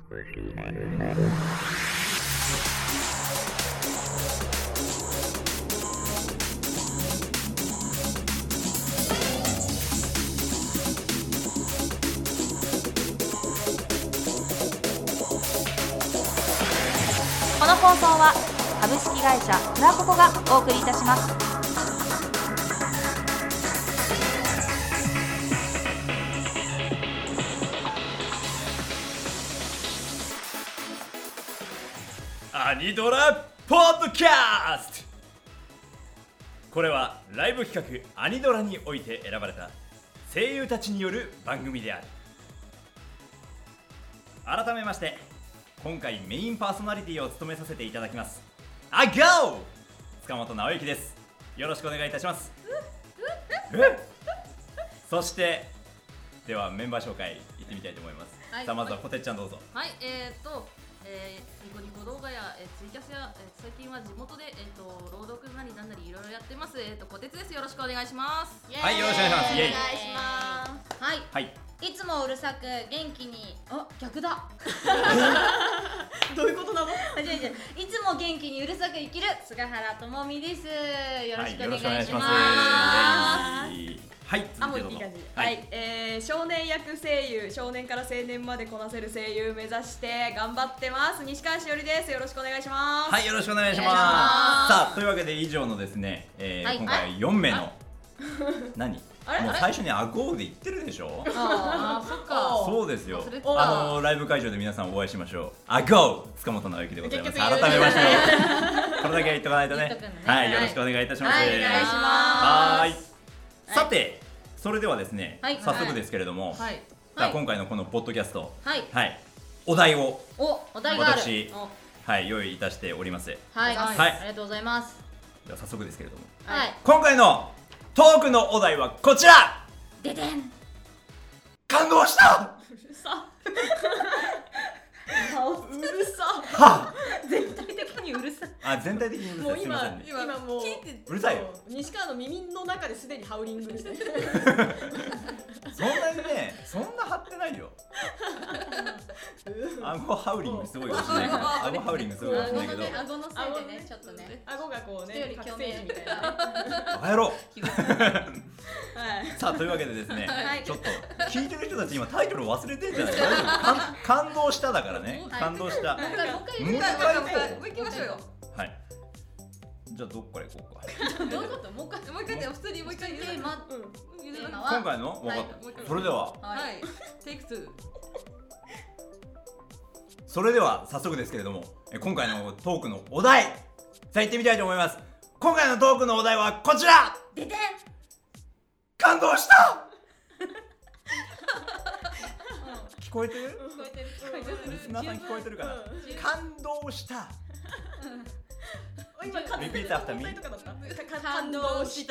この放送は株式会社フラココがお送りいたします。 アニドラポッドキャスト。これはライブ企画アニドラにおいて選ばれた声優たちによる番組である。改めまして今回メインパーソナリティを務めさせていただきますアゴー塚本直之です。よろしくお願いいたします。そしてではメンバー紹介いってみたいと思います、 はい、 さあまずはこてっちゃんどうぞ。 はい、ニコニコ動画や、ツイキャスや、最近は地元で、朗読なりなんなりいろいろやってます、こてつです。よろしくお願いします。 はい、よろしくお願いします。イエイ。 お願いします。はい、 はい、 いつもうるさく元気に、逆だどういうことなの？ いつも元気にうるさく生きる菅原智美です。よろしくお願いします。 はい、 もういい感じ。はい、少年役声優、少年から青年までこなせる声優目指して頑張ってます。西川しおりです。よろしくお願いします。 はい、よろしくお願いします。さあ、というわけで以上のですね、今回4名の何？もう最初にアゴーで言ってるでしょ。 ああ、そっか。 そうですよ。ライブ会場で皆さんお会いしましょう。アゴー塚本直之でございます。改めましてこれだけ言っとかないとね。はい、よろしくお願いいたします。 はい、お願いします。 はい。さて、それではですね、早速ですけれども、今回のこのポッドキャスト、お題を私用意いたしております。 はい、ありがとうございます。 では早速ですけれども、今回のトークのお題はこちら。 ででん。 感動した。 うるさ。うるさ。 は。 全体的にうるさい。 全体的にうるさい。 もう今もううるさいよ。 西川の耳の中ですでにハウリングですね。 そんなにね、そんな張ってないよ。顎ハウリングすごいかもしれないけど、顎ハウリングすごいかもしれないけど、 顎のせいでね、ちょっとね、 顎がこうね、 人より共鳴みたいな。 バカ野郎。 はい。 さあ、というわけでですね、ちょっと聞いてる人たち今タイトル忘れてんじゃないですか。感動しただからね、感動した。もう一回行きましょうよ。 はい。じゃあどっから行こうか。 どういうこと？もう一回で普通にもう一回言う。 今回の分かった。それではテイク2。 それでは早速ですけれども、今回のトークのお題、さあ行ってみたいと思います。今回のトークのお題はこちら。 ででん。 感動した。聞こえてる？ 聞こえてる。 リスナーさん聞こえてるかな。感動した。 今リピートアフターミー。 感動した。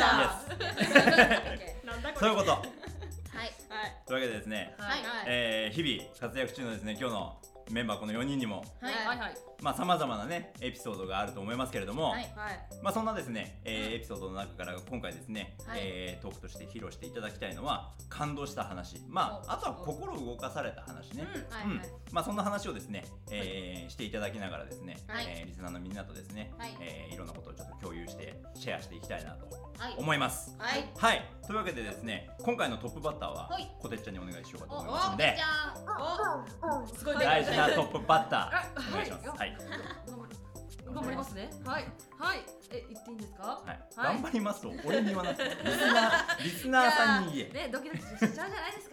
そういうこと。 はい。 というわけでですね、日々活躍中のですね、今日のメンバーこの4人にもさまざまなねエピソードがあると思いますけれども、そんなですねエピソードの中から今回ですねトークとして披露していただきたいのは感動した話、あとは心動かされた話ね、そんな話をですねしていただきながらですねリスナーのみんなとですねいろんなことをちょっと共有してシェアしていきたいなと思います。はい。というわけでですね、今回のトップバッターはこてっちゃんにお願いしようかと思いますので、大事なトップバッターお願いします。はい。 頑張りますね。はい。言っていいんですか？ 頑張りますと俺に言わなくて、リスナーさんに言え。 ね、ドキドキしちゃうじゃないです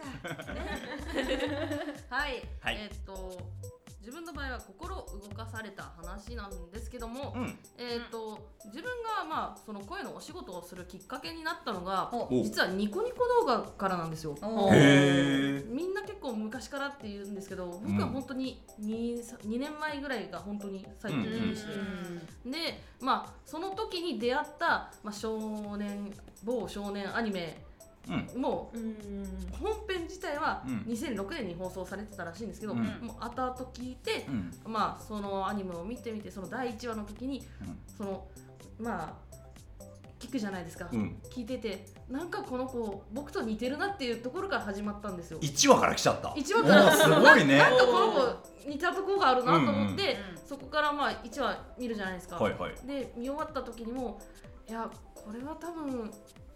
か。はい。自分の場合は心動かされた話なんですけども、自分がその声のお仕事をするきっかけになったのが実はニコニコ動画からなんですよ。みんな結構昔からって言うんですけど、僕は本当に2年前ぐらいが本当に最近でして、でその時に出会った某少年アニメもう本編自体は2006年に放送されてたらしいんですけど、もう後々聞いて、そのアニメを見てみて、その第1話の時にその聞くじゃないですか、聞いててなんかこの子僕と似てるなっていうところから始まったんですよ。 1話から来ちゃった。 1話からすごいね。 なんかこの子似たところがあるなと思って、そこからまあ1話見るじゃないですか、で見終わった時にもいやこれは多分、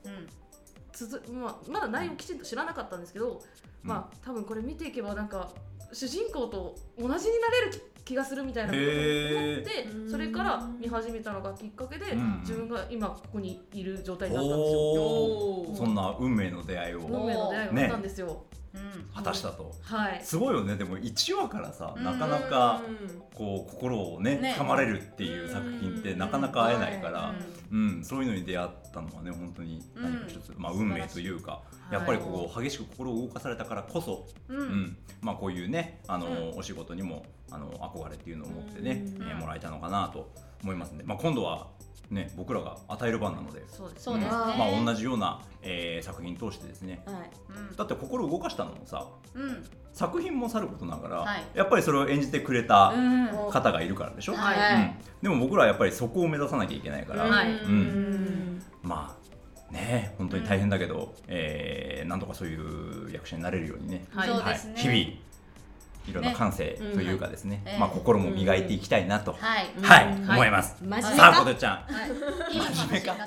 まだ内容きちんと知らなかったんですけど、まあ多分これ見ていけばなんか主人公と同じになれる気がするみたいなことを思って、それから見始めたのがきっかけで、自分が今ここにいる状態になったんですよ。 そんな運命の出会いをあったんですよ。 果たしたと。 はい。 すごいよね。でも1話からさ、なかなかこう心をね掴まれるっていう作品ってなかなか会えないから、そういうのに出会ったのはね本当に何か一つ運命というか、やっぱりこう激しく心を動かされたからこそ、まあこういうねお仕事にも憧れっていうのを持ってねもらえたのかなと思いますね。まあ今度はね、僕らが与える番なので、 そうですね、 まあ同じような、作品通してですね、だって心動かしたのもさ、作品もさることながら、やっぱりそれを演じてくれた方がいるからでしょ、でも僕らはやっぱりそこを目指さなきゃいけないから、まあね本当に大変だけど、なんとかそういう役者になれるようにね、日々いろんな感性というかですね、まあ心も磨いていきたいなと思います。さあこてちゃん、真面目か。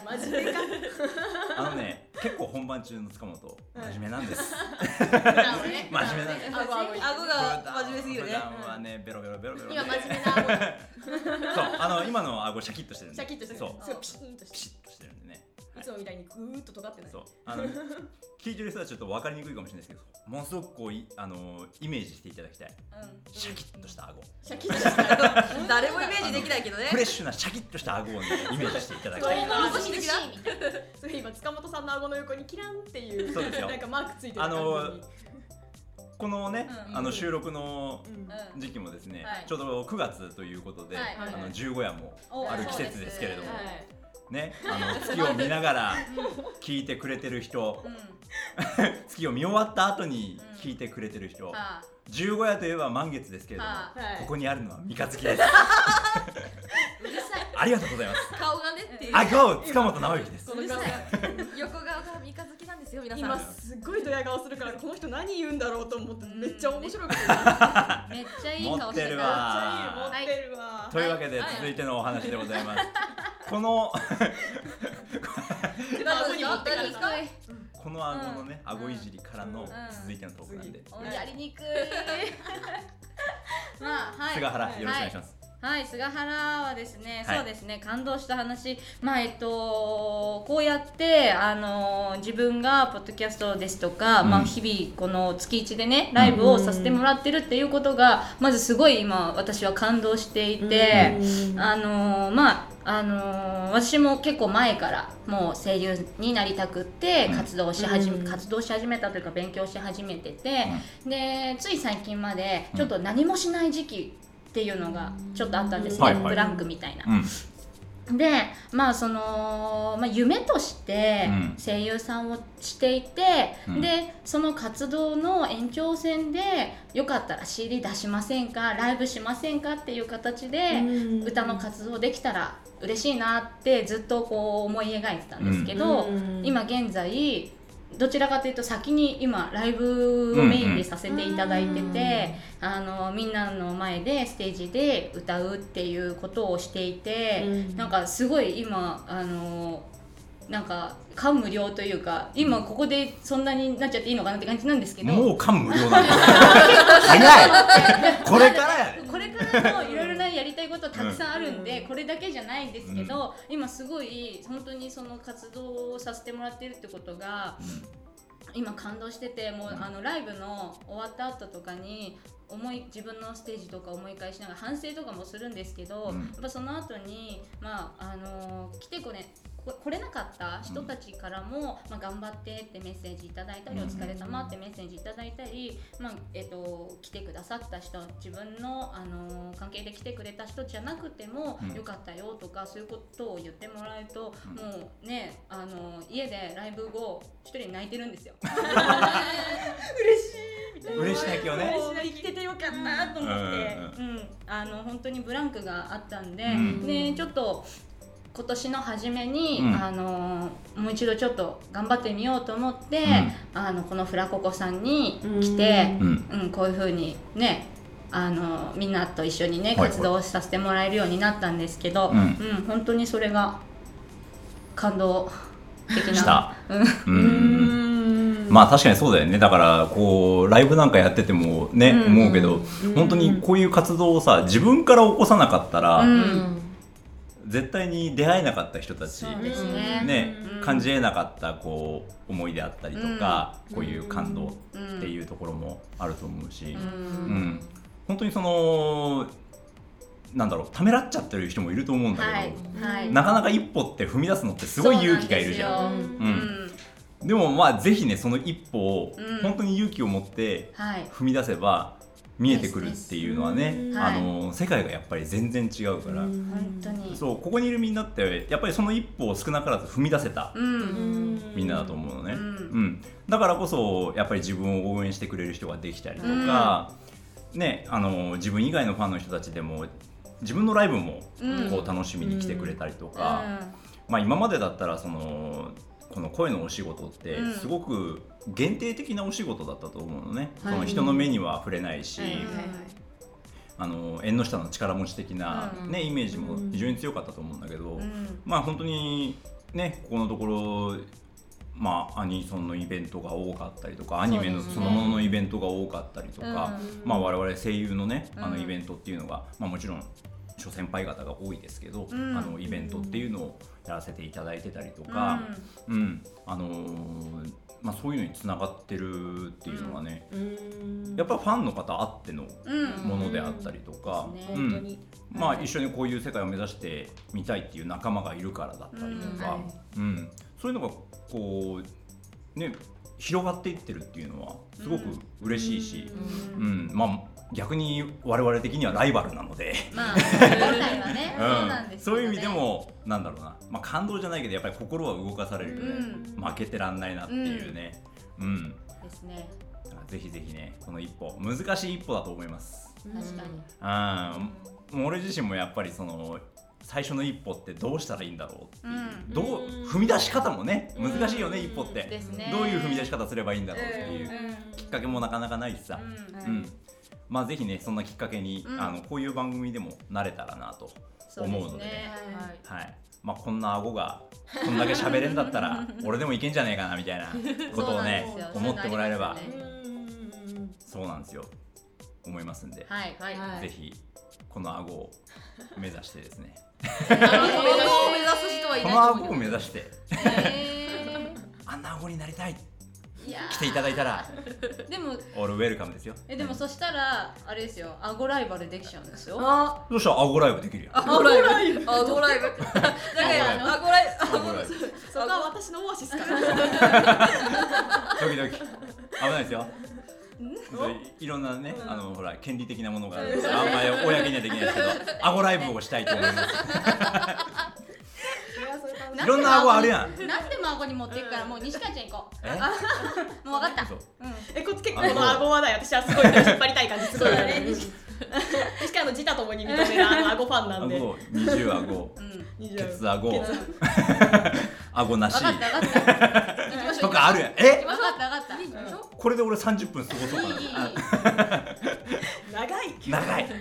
結構本番中の塚本真面目なんです。真面目なんです。 顎が真面目すぎるね。 普段はねベロベロベロベロ。 今真面目な顎。 そう今の顎シャキッとしてるんで。 シャキッとしてる。 そうピシッとしてるんでね。 いつもみたいにグーッと尖ってない。 そう聞いてる人はちょっと分かりにくいかもしれないですけど、ものすごくこうイメージしていただきたい。シャキッとした顎。 シャキッとした顎。誰もイメージできないけどね。 フレッシュなシャキッとした顎をねイメージしていただきたい。 それ今塚本さんの顎の横にキランっていうなんかマークついてる感じに。 このね収録の時期もですね、ちょうど9月ということで15夜もある季節ですけれども。ね、月を見ながら聞いてくれてる人、月を見終わった後に聞いてくれてる人、15夜といえば満月ですけれども、ここにあるのは三日月です。ありがとうございます。 顔がねっていう。 塚本直之です。 横顔が三日月なんですよ皆さん。 今すごいドヤ顔するからこの人何言うんだろうと思ってめっちゃ面白くて。 めっちゃいい顔してる。 持ってるわ。 というわけで続いてのお話でございます。この顎のね顎いじりからの続いてのトークなんで、 やりにくい。 菅原よろしくお願いします。 はい、菅原はですね、そうですね、感動した話、こうやって自分がポッドキャストですとか、日々この月1でねライブをさせてもらってるっていうことがまずすごい今私は感動していて、私も結構前からもう声優になりたくって活動し始めたというか勉強し始めてて、でつい最近までちょっと何もしない時期っていうのがちょっとあったんですね、ブランクみたいな。で夢として声優さんをしていて、でその活動の延長線でよかったら CD 出しませんか、ライブしませんかっていう形で歌の活動できたら嬉しいなってずっとこう思い描いてたんですけど、今現在どちらかというと先に今ライブをメインでさせていただいてて、みんなの前でステージで歌うっていうことをしていて、なんかすごい今なんか感無量というか、今ここでそんなになっちゃっていいのかなって感じなんですけど、 もう感無量なんだ早いこれからやこれからもいろいろなやりたいことたくさんあるんで、これだけじゃないんですけど、今すごい本当にその活動をさせてもらってるってことが、今感動してて、もうライブの終わった後とかに自分のステージとか思い返しながら反省とかもするんですけど、やっぱその後に来て来れなかった人たちからも、頑張ってってメッセージいただいたり、お疲れ様ってメッセージいただいたり、来てくださった人、自分の、関係で来てくれた人じゃなくても、よかったよとかそういうことを言ってもらえると、もうね家でライブ後一人泣いてるんですよ。 嬉しい泣きをね、 生きててよかったと思って、本当にブランクがあったんで、でちょっと今年の初めに、もう一度ちょっと頑張ってみようと思って、このフラココさんに来て、こういう風にねみんなと一緒にね活動させてもらえるようになったんですけど、本当にそれが感動的なしたまあ確かにそうだよね。だからこうライブなんかやっててもね、思うけど、本当にこういう活動をさ自分から起こさなかったら、絶対に出会えなかった人たち、ね、感じえなかったこう思いであったりとか、こういう感動っていうところもあると思うし、本当にそのなんだろう、ためらっちゃってる人もいると思うんだけど、なかなか一歩って踏み出すのってすごい勇気がいるじゃん。でもまあぜひねその一歩を本当に勇気を持って踏み出せば見えてくるっていうのはね、世界がやっぱり全然違うから、 本当にそうここにいるみんなってやっぱりその一歩を少なからず踏み出せたみんなだと思うのね。だからこそやっぱり自分を応援してくれる人ができたりとか、ね、自分以外のファンの人たちでも自分のライブもこう楽しみに来てくれたりとか、まあ今までだったらこの声のお仕事ってすごく限定的なお仕事だったと思うのね。その人の目には触れないし、縁の下の力持ち的な、イメージも非常に強かったと思うんだけど、まあ本当にねここのところアニソンのイベントが多かったりとか、アニメのそのもののイベントが多かったりとか、我々声優のねイベントっていうのが、もちろん諸先輩方が多いですけど、イベントっていうのをやらせていただいてたりとか、そういうのにつながってるっていうのはね、やっぱファンの方あってのものであったりとか、一緒にこういう世界を目指してみたいっていう仲間がいるからだったりとか、そういうのがこうね広がっていってるっていうのはすごく嬉しいし、逆に我々的にはライバルなので、 本来はね、 そういう意味でもなんだろうな、感動じゃないけどやっぱり心は動かされるよね。負けてらんないなっていうね。 ですね。 ぜひぜひねこの一歩、難しい一歩だと思います。 確かに。もう俺自身もやっぱりその最初の一歩ってどうしたらいいんだろうっていう、踏み出し方もね難しいよね。一歩ってどういう踏み出し方すればいいんだろうっていうきっかけもなかなかないしさ。ぜひねそんなきっかけにこういう番組でもなれたらなと思うので、こんな顎がこんだけ喋れんだったら俺でもいけんじゃねえかなみたいなことをね思ってもらえれば、そうなんですよ、思いますんで、ぜひこの顎を目指してですねこの顎を目指してあんな顎になりたい来ていただいたらでもオールウェルカムですよ。 でもそしたらあれですよ、顎ライバルできちゃうんですよ。 どうしたら顎ライブできるよ。 顎ライブだから顎ライブそこは私のオアシスかな。 ドキドキ危ないですよ。いろんなねほら権利的なものがあるのであんまり公にはできないですけど、顎ライブをしたいと思います。いろんな顎あるやん。 何でも顎に持っていくから、もう西川ちゃん行こう。もう分かった。こっち結構この顎話題私はすごい引っ張りたい感じする。そうだね。西川の自他ともに認める顎ファンなんで。 二重顎、ケツ顎、顎なし。 分かった。 とかあるやん。 分かった。 これで俺30分過ごそうかな。長い。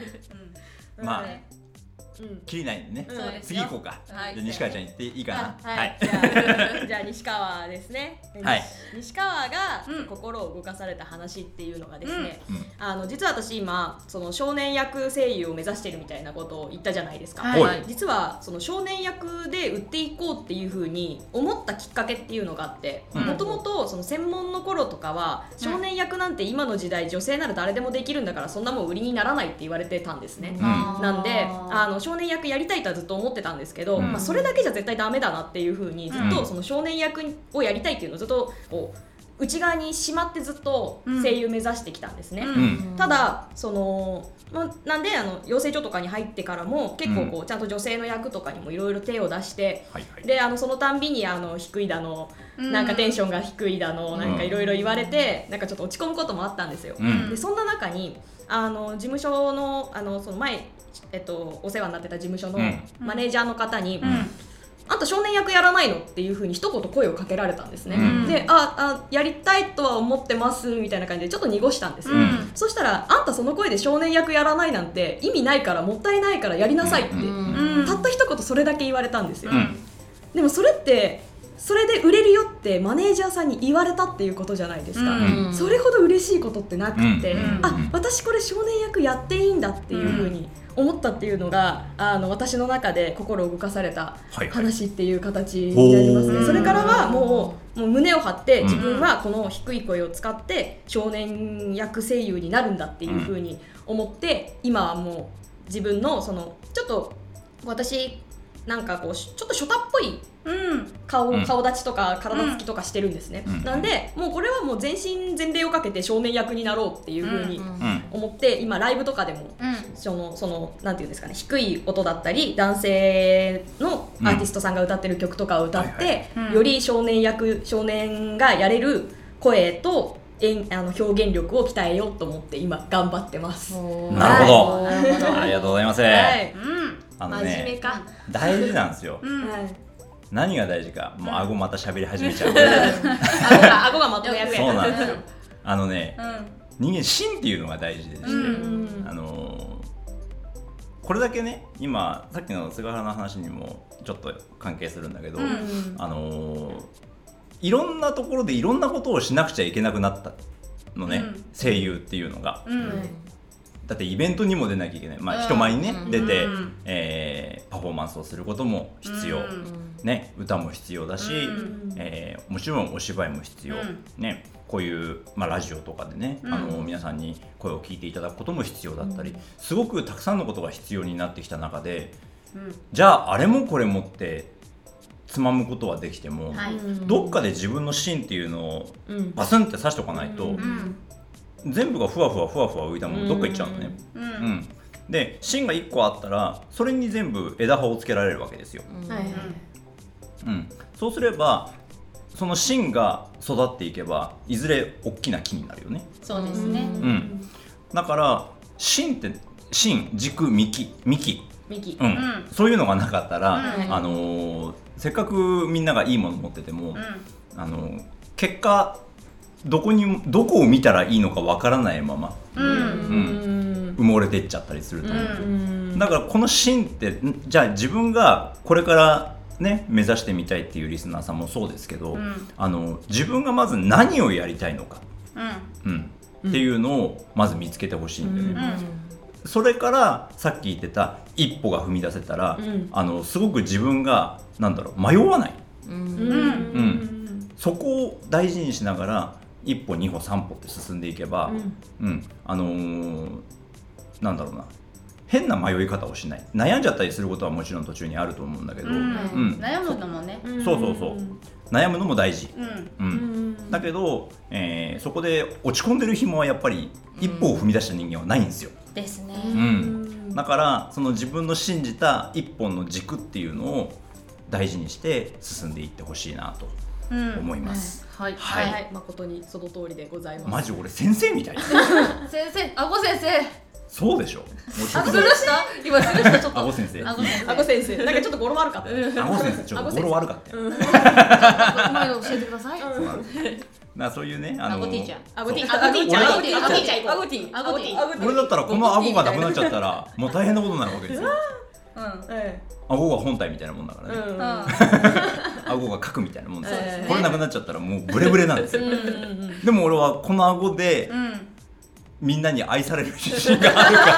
きりないんでね。次行こうか。じゃあ西川ちゃん行っていいかな。 じゃあ西川ですね。西川が心を動かされた話っていうのがですね、実は私今その少年役声優を目指しているみたいなことを言ったじゃないですか。実はその少年役で売っていこうっていう風に思ったきっかけっていうのがあって、もともとその専門の頃とかは少年役なんて今の時代女性なら誰でもできるんだからそんなもん売りにならないって言われてたんですね。なんで少年役やりたいとはずっと思ってたんですけど、それだけじゃ絶対ダメだなっていう風にずっとその少年役をやりたいっていうのをずっとこう内側にしまってずっと声優目指してきたんですね。ただそのなんで養成所とかに入ってからも結構こうちゃんと女性の役とかにもいろいろ手を出して、でそのたんびに低いだのなんかテンションが低いだのなんかいろいろ言われて、なんかちょっと落ち込むこともあったんですよ。でそんな中に事務所のその前お世話になってた事務所のマネージャーの方に、 あんた少年役やらないのっていう風に一言声をかけられたんですね、でやりたいとは思ってますみたいな感じでちょっと濁したんですよ、そしたらあんたその声で少年役やらないなんて意味ないからもったいないからやりなさいって、たった一言それだけ言われたんですよ、でもそれってそれで売れるよってマネージャーさんに言われたっていうことじゃないですか、それほど嬉しいことってなくて、私これ少年役やっていいんだっていう風に思ったっていうのが私の中で心を動かされた話っていう形になりますね、それからはもう胸を張って自分はこの低い声を使って少年役声優になるんだっていう風に思って今はもう自分のそのちょっと私なんかこうちょっと初太っぽい顔立ちとか体つきとかしてるんですね、なんでもうこれはもう全身全霊をかけて少年役になろうっていう風に思って今ライブとかでもそのなんていうんですかね、低い音だったり男性のアーティストさんが歌ってる曲とかを歌ってより少年がやれる声と表現力を鍛えようと思って今頑張ってます。 なるほど、ありがとうございます。 真面目か大事なんですよ、何が大事か、もう顎また喋り始めちゃう顎がまとめ役やそうなんですよ。人間芯っていうのが大事でして、これだけね、今さっきの菅原の話にもちょっと関係するんだけど、いろんなところでいろんなことをしなくちゃいけなくなったのね、声優っていうのが、だってイベントにも出なきゃいけない、人前にね、出て、パフォーマンスをすることも必要、ね、歌も必要だし、もちろんお芝居も必要、ね、こういう、ラジオとかでね、皆さんに声を聞いていただくことも必要だったり、すごくたくさんのことが必要になってきた中で、じゃああれもこれもってつまむことはできても、どっかで自分の芯っていうのをバスンって刺しておかないと、全部がふわふわ浮いたものどっか行っちゃうのね、で芯が1個あったらそれに全部枝葉をつけられるわけですよ、そうすればその芯が育っていけばいずれ大きな木になるよね。 そうですね、 だから芯って軸幹、そういうのがなかったら、せっかくみんながいいもの持ってても、結果どこを見たらいいのかわからないまま、埋もれていっちゃったりすると思う、だからこの芯ってじゃあ自分がこれからね目指してみたいっていうリスナーさんもそうですけど、自分がまず何をやりたいのか、っていうのをまず見つけてほしいんだよね、それからさっき言ってた一歩が踏み出せたら、すごく自分が迷わない、そこを大事にしながら一歩二歩三歩って進んでいけば、変な迷い方をしない。悩んじゃったりすることはもちろん途中にあると思うんだけど、 悩むのもね、 そう悩むのも大事、だけど、そこで落ち込んでる暇はやっぱり一歩を踏み出した人間はないんですよ。 ですね、 だからその自分の信じた一本の軸っていうのを大事にして進んでいってほしいなと思います、 誠にその通りでございます。 マジ俺先生みたい先生、顎先生、 そうでしょ。 顎先生、今する人ちょっと顎先生、 なんかちょっと語呂悪かった。 顎先生ちょっと語呂悪かったよ。 前を教えてください。 そういうね、 顎ティーチャー、 俺だったらこの顎がなくなっちゃったらもう大変なことになるわけですよ。顎が本体みたいなもんだからね。顎が核みたいなもんですよ。これなくなっちゃったらもうブレブレなんですよ。でも俺はこの顎でみんなに愛される自信があるから。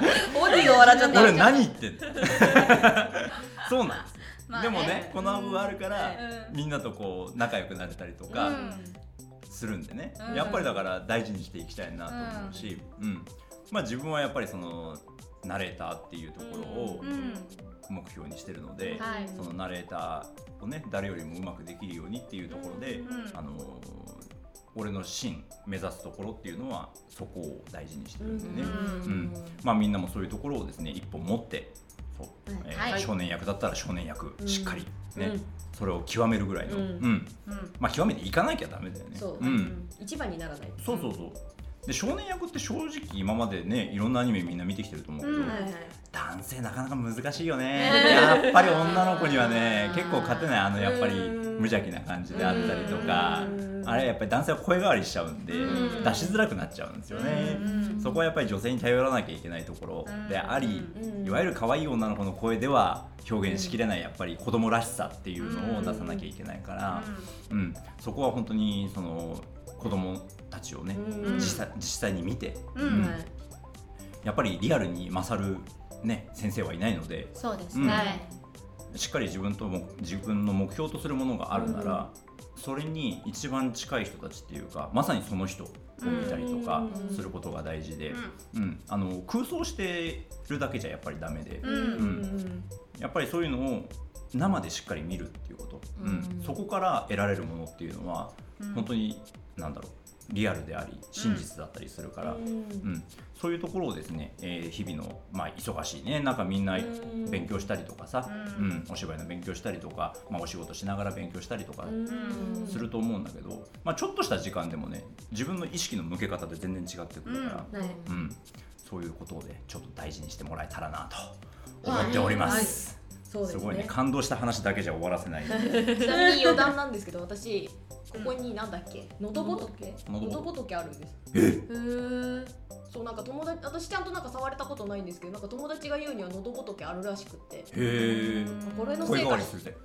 本人が笑っちゃった。 俺何言ってんの。そうなんです。でもね、この顎があるからみんなとこう仲良くなれたりとかするんでね、やっぱりだから大事にしていきたいなと思うし、自分はやっぱりそのナレーターっていうところを目標にしてるので、そのナレーターをね誰よりもうまくできるようにっていうところで、俺の芯目指すところっていうのはそこを大事にしてるんでね、みんなもそういうところをですね一本持って、少年役だったら少年役しっかりね、それを極めるぐらいの、極めていかなきゃダメだよね。 一番にならない。 そうで少年役って正直今までねいろんなアニメみんな見てきてると思うけど、男男性なかなか難しいよね。やっぱり女の子にはね結構勝てない、やっぱり無邪気な感じであったりとか、あれやっぱり男性は声変わりしちゃうんで出しづらくなっちゃうんですよね。そこはやっぱり女性に頼らなきゃいけないところであり、いわゆる可愛い女の子の声では表現しきれないやっぱり子供らしさっていうのを出さなきゃいけないから、そこは本当にその子供たちをね、実際に見て、やっぱりリアルに勝るね先生はいないので、 そうですね、 しっかり自分の目標とするものがあるなら、それに一番近い人たちっていうか、まさにその人を見たりとかすることが大事で、空想してるだけじゃやっぱりダメで、やっぱりそういうのを生でしっかり見るっていうこと、そこから得られるものっていうのは、本当になんだろう、リアルであり真実だったりするから、そういうところをですね、日々の、忙しいね、なんかみんな勉強したりとかさ、お芝居の勉強したりとか、お仕事しながら勉強したりとかすると思うんだけど、ちょっとした時間でもね、自分の意識の向け方で全然違ってくるから、そういうことをねちょっと大事にしてもらえたらなと思っております。すごいね、感動した話だけじゃ終わらせない。ちなみに余談なんですけど、私ここになんだっけ、のどぼとけあるんです。そう、なんか友達、私ちゃんとなんか触れたことないんですけど、なんか友達が言うにはのどぼとけあるらしくって。これのせいか。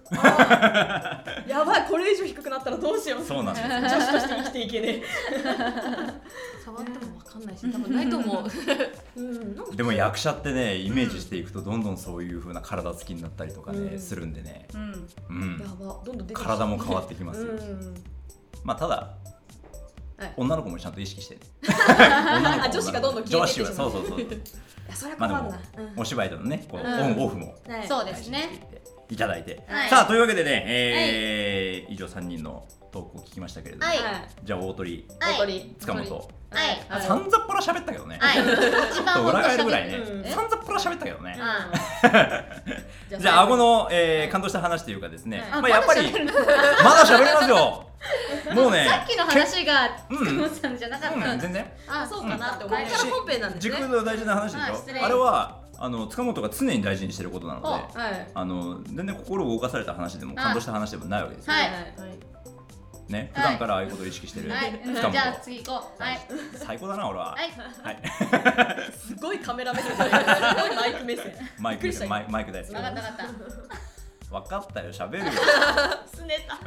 やばい、これ以上低くなったらどうしよう。 そうなんです。 女子として生きていけね。 触っても分かんないし、多分ないと思う。でも役者ってね、イメージしていくとどんどんそういう風な体つきになったりとかね、するんでね。 やば、どんどん出てきて。 体も変わってきますよ。ただ。女の子もちゃんと意識して、 女子がどんどん消えていってしまう。 そう。 それは困るな。 お芝居でのね、このオンオフもそうですね。 いただいて、さあというわけでね、以上3人のトークを聞きましたけれども、じゃあ大鳥、塚本、さんざっぽら喋ったけどね。ちょっと裏返るぐらいね、さんざっぽら喋ったけどね。じゃあ顎の感動した話というかですね、やっぱりまだ喋りますよ。もうね、 さっきの話が塚本さんじゃなかった。 全然。 そうかなって思いました。本編なんですね。 軸の大事な話でしょ。あれは塚本が常に大事にしてることなので、全然心を動かされた話でも感動した話でもないわけですよ。ね、普段からああいうことを意識してる。 じゃあ次行こう。 最高だな俺は。 すごいカメラ目線。すごいマイク目線。 マイク大好き。 分かった。 分かったよ、喋るよ。 すねた。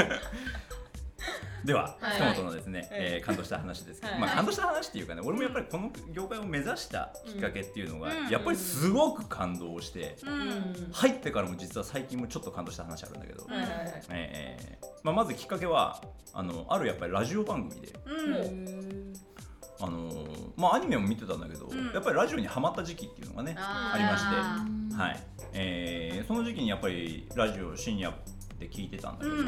では、塚本のですね、感動した話ですけど、感動した話っていうかね、俺もやっぱりこの業界を目指したきっかけっていうのが、やっぱりすごく感動して、入ってからも実は最近もちょっと感動した話あるんだけど、まずきっかけはあるやっぱりラジオ番組で、アニメも見てたんだけど、やっぱりラジオにハマった時期っていうのがねありまして、その時期にやっぱりラジオ深夜で聞いてたんだけど、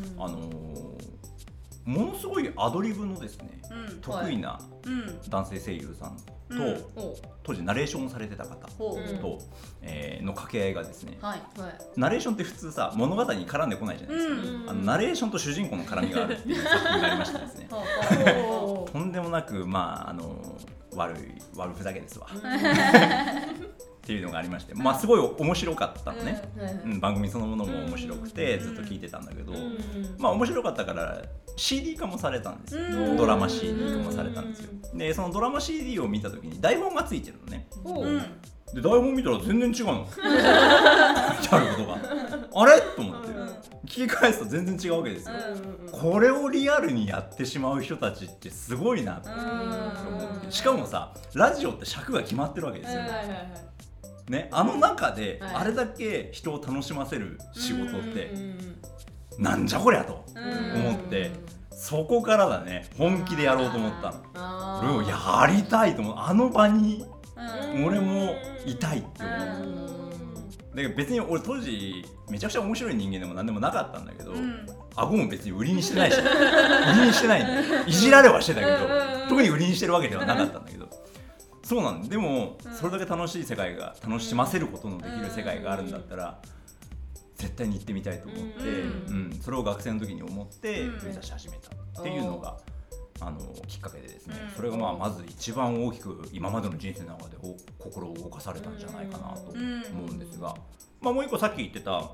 ものすごいアドリブのですね、得意な男性声優さんと、当時ナレーションをされてた方との掛け合いがですね、ナレーションって普通さ物語に絡んでこないじゃないですか。ナレーションと主人公の絡みがあるっていう作品がありましてですね、とんでもなく悪ふざけですわ。っていうのがありまして、すごい面白かったのね。番組そのものも面白くてずっと聞いてたんだけど、面白かったからCD 化もされたんですよ。ドラマ CD 化もされたんですよ。でそのドラマ CD を見た時に台本がついてるのね。で台本見たら全然違うの。書いてあることがあれと思って聞き返すと全然違うわけですよ。これをリアルにやってしまう人たちってすごいなって思って、しかもさラジオって尺が決まってるわけですよ。ね、中であれだけ人を楽しませる仕事ってなんじゃこりゃと思って、そこからだね本気でやろうと思ったの。俺もやりたいと思う。あの場に俺もいたいって思う。で別に俺当時めちゃくちゃ面白い人間でも何でもなかったんだけど、顎も別に売りにしてないし売りにしてないんだよ。いじられはしてたけど特に売りにしてるわけではなかったんだけど、そうなんでもそれだけ楽しい世界が楽しませることのできる世界があるんだったら絶対に行ってみたいと思って、それを学生の時に思って目指し始めたっていうのがきっかけでですね、それがまず一番大きく今までの人生の中で心を動かされたんじゃないかなと思うんですが、もう一個さっき言ってた、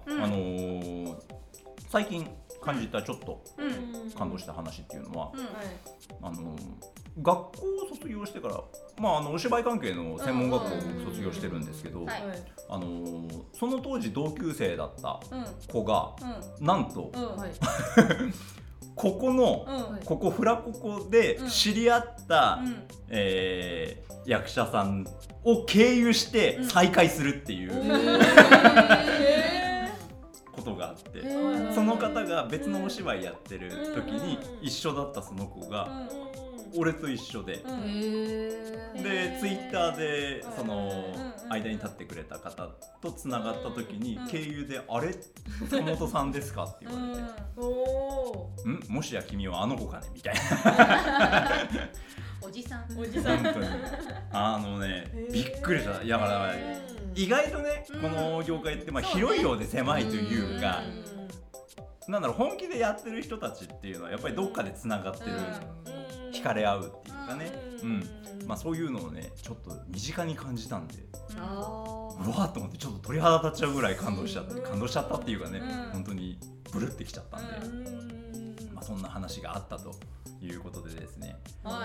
最近感じたちょっと感動した話っていうのは、学校を卒業してから、お芝居関係の専門学校を卒業してるんですけど、その当時同級生だった子が、なんと、ここフラココで知り合った、役者さんを経由して再会するっていう、ことがあって、その方が別のお芝居やってる時に一緒だったその子が俺と一緒で、でツイッターでその間に立ってくれた方とつながった時に経由で「あれ塚本さんですか?」って言われて「もしや君はあの子かね?」みたいなおじさん本当にびっくりした。だから意外とね、この業界って広いようで狭いというか、なんだろう、本気でやってる人たちっていうのはやっぱりどっかでつながってる、惹かれ合うっていうかね、そういうのをねちょっと身近に感じたんで、うわーっと思ってちょっと鳥肌立っちゃうぐらい感動しちゃったっていうかね、本当にブルってきちゃったんで、そんな話があったということでですね、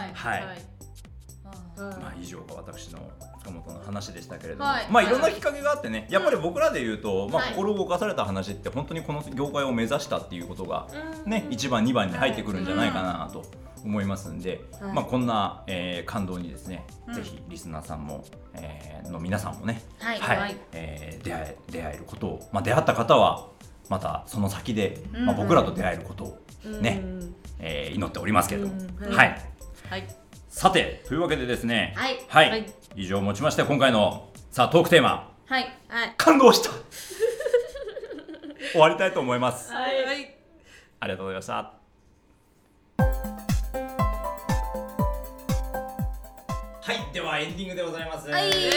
以上が私の塚本の話でしたけれども、いろんなきっかけがあってね、やっぱり僕らで言うと、心動かされた話って本当にこの業界を目指したっていうことがね、1番2番に入ってくるんじゃないかなと思いますんで、こんな、感動にですね、ぜひリスナーさんも、の皆さんもね、出会えることを、出会った方はまたその先で、僕らと出会えることをね、祈っておりますけれども、さて、というわけでですね、以上をもちまして今回のトークテーマ、感動した終わりたいと思います。ありがとうございました。ではエンディングでございます。 楽し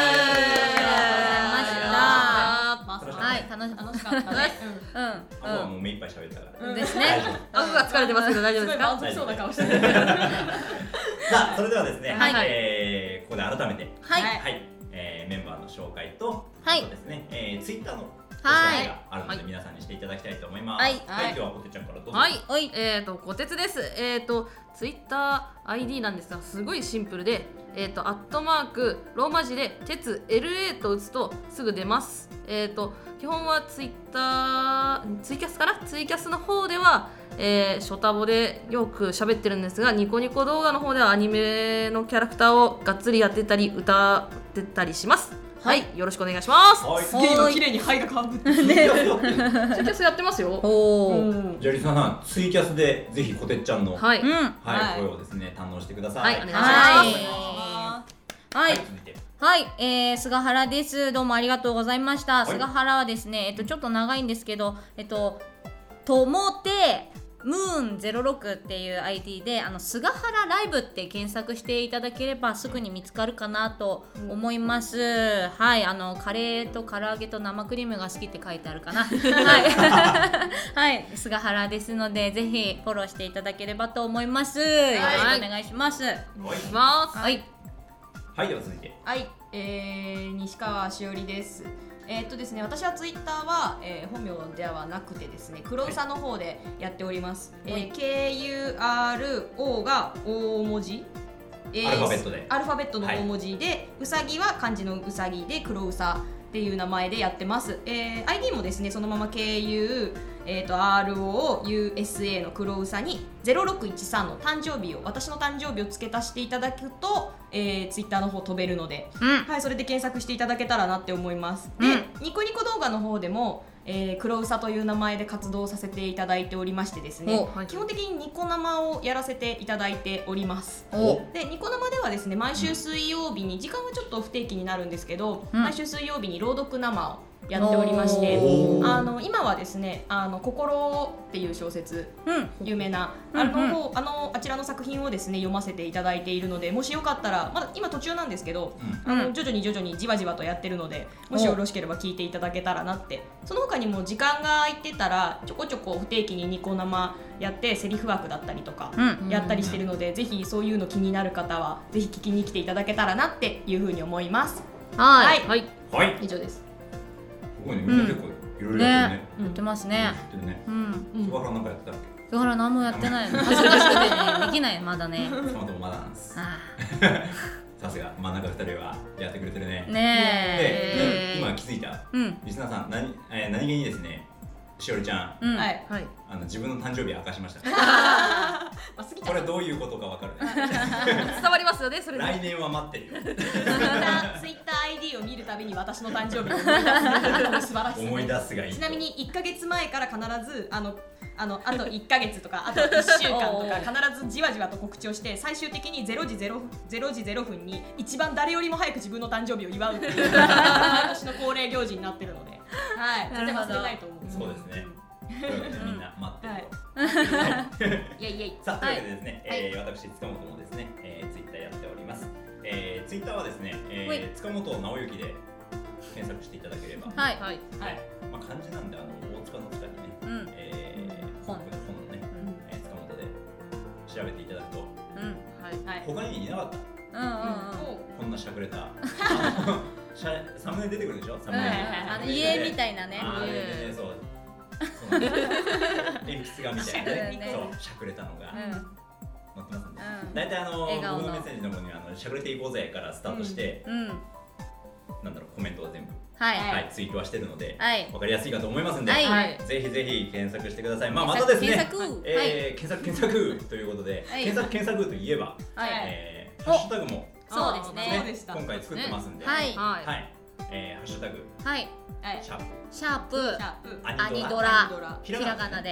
かったね。 もう目いっぱい喋ったからですね。 顎が疲れてますけど大丈夫ですか？ 満足そうな顔してる。 さあ、それではですね、ここで改めてメンバーの紹介と、あとですね、ツイッターのお知らせがあるので皆さんにしていただきたいと思います。今日はこてちゃんからどうぞ。 こてつです。ツイッター ID なんですが、すごいシンプルで、アットマークローマ字で鉄 LA と打つとすぐ出ます。基本はツイキャスかな、ツイキャスの方では、ショタボでよく喋ってるんですが、ニコニコ動画の方ではアニメのキャラクターをがっつりやってたり歌ってたりします。よろしくお願いします。 すげえ今綺麗に灰がかぶってる。 ツイキャスやってますよ。 じゃあリスナーさん、ツイキャスでぜひこてっちゃんの声をですね堪能してください。 お願いします。菅原です。どうもありがとうございました。菅原はですね、ちょっと長いんですけど、ともてムーン06っていう ID で菅原ライブって検索していただければすぐに見つかるかなと思います。カレーと唐揚げと生クリームが好きって書いてあるかな。菅原ですのでぜひフォローしていただければと思います。よろしくお願いします。 では続いて西川しおりです。ですね、私はツイッターは、本名ではなくてですね、黒うさの方でやっております。KURO が大文字、 アルファベットの大文字で、うさぎは漢字のうさぎで黒うさっていう名前でやってます。ID もですね、そのまま KUROUSA の黒うさに0613の私の誕生日を付け足していただくと、ツイッターの方飛べるので、それで検索していただけたらなって思います。で、ニコニコ動画の方でも黒うさという名前で活動させていただいておりましてですね、基本的にニコ生をやらせていただいております。で、ニコ生ではですね、毎週水曜日に、時間はちょっと不定期になるんですけど、毎週水曜日に朗読生をやっておりまして、今はですね心っていう小説、有名なあちらの作品をですね読ませていただいているので、もしよかったらまだ今途中なんですけど、徐々にじわじわとやってるので、もしよろしければ聞いていただけたらなって。その他にも時間が空いてたらちょこちょこ不定期にニコ生やってセリフ枠だったりとかやったりしてるので、ぜひそういうの気になる方はぜひ聞きに来ていただけたらなっていうふうに思います。はい、以上です。 すごいね、みんな結構いろいろやってるね。 やってますね。 菅原なんかやってたっけ？ 菅原何もやってないの。恥ずかしくてね、できないまだね。 そのともまだなんです。さすが真ん中2人はやってくれてるね。で、今気づいたリスナーさん、何気にですね、しおりちゃん、自分の誕生日明かしました。これどういうことかわかるね。 伝わりますよね、それ。 来年は待ってるよ。 ツイッター ID を見るたびに私の誕生日を思い出す素晴らしい。 思い出すがいい。 ちなみに1ヶ月前から必ずあと1ヶ月とかあと1週間とか必ずじわじわと告知をして、最終的に0時0分に一番誰よりも早く自分の誕生日を祝うっていう私の恒例行事になってるので、絶対忘れないと思う。 そうですね。みんな待ってると。イエイイエイ。 さあ、というわけでですね、私塚本もですね、ツイッターやっております。ツイッターはですね、塚本直之で検索していただければ、まあ漢字なんで大塚の塚にね、本のね、塚本で調べていただくと、他にいなかった。こんなしゃくれたサムネ出てくるでしょ。サムネ家みたいなね。 そう。鉛筆画みたいなね、そうしゃくれたのが載ってますんで、大体僕のメッセージの方にしゃくれていこうぜからスタートして、なんだろう、コメントは全部ツイートはしてるので分かりやすいかと思いますんで、ぜひぜひ検索してください。またですね、検索ということで、検索といえばハッシュタグも今回作ってますんで、ハッシュタグシャープアニドラ、ひらがなで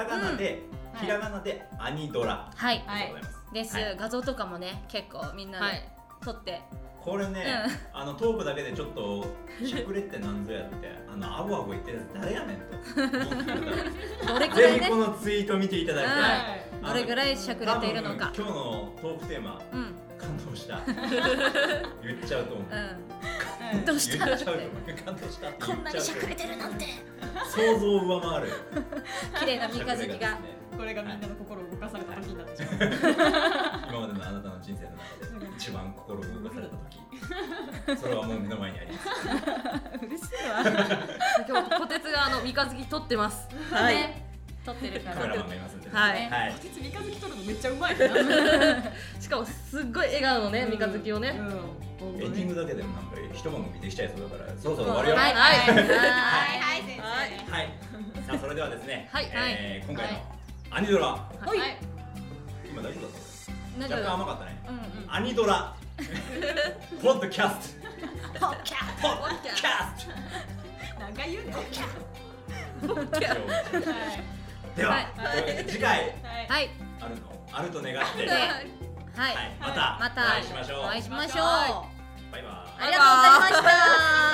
アニドラです。画像とかもね、結構みんなで撮って、 これね、トークだけでちょっとしゃくれってなんぞやってあごあご言ってるやつ誰やねんと思って、ぜひこのツイート見ていただいて、 どれぐらいしゃくれているのか。 今日のトークテーマ、感動した言っちゃうと思う。 感動したって、 感動したってこんなにしゃくれてるなんて想像を上回る綺麗な三日月が、 これがみんなの心を動かされた時になってしまう。 今までのあなたの人生の中で一番心を動かされた時、それはもう目の前にあります。 嬉しいわ。今日小鉄が三日月撮ってます。 撮ってるからカメラマンがいますんで、 小鉄三日月撮るのめっちゃうまいな。 しかもすっごい笑顔のね三日月をね、 エンディングだけでもなんか一晩も見てきちゃいそうだから、そろそろ終わりよ。 はい先生。さあそれではですね、今回のアニドラ、今大丈夫だった？若干甘かったね。アニドラポッドキャスト、 何回言うね。 では次回あると願って、またお会いしましょう。 バイバイ。 ありがとうございました。